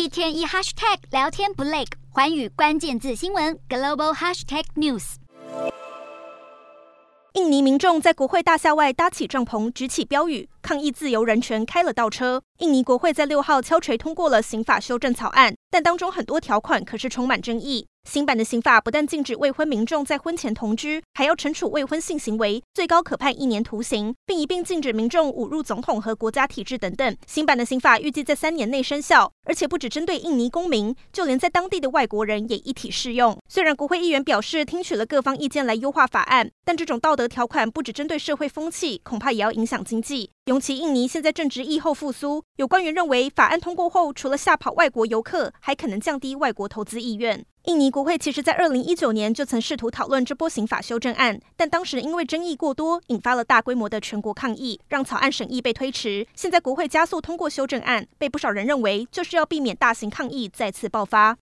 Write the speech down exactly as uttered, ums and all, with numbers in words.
一天一 hashtag 聊天不累，寰宇关键字新闻 global hashtag news。 印尼民众在国会大厦外搭起帐篷，举起标语，抗议自由人权，开了倒车。印尼国会在六号敲锤通过了刑法修正草案，但当中很多条款可是充满争议。新版的刑法不但禁止未婚民众在婚前同居，还要惩处未婚性行为，最高可判一年徒刑，并一并禁止民众侮辱总统和国家体制等等。新版的刑法预计在三年内生效，而且不只针对印尼公民，就连在当地的外国人也一体适用。虽然国会议员表示听取了各方意见来优化法案，但这种道德条款不只针对社会风气，恐怕也要影响经济。尤其印尼现在正值疫后复苏，有官员认为法案通过后，除了吓跑外国游客，还可能降低外国投资意愿。印尼国会其实在二零一九年就曾试图讨论这波刑法修正案，但当时因为争议过多，引发了大规模的全国抗议，让草案审议被推迟。现在国会加速通过修正案，被不少人认为就是要避免大型抗议再次爆发。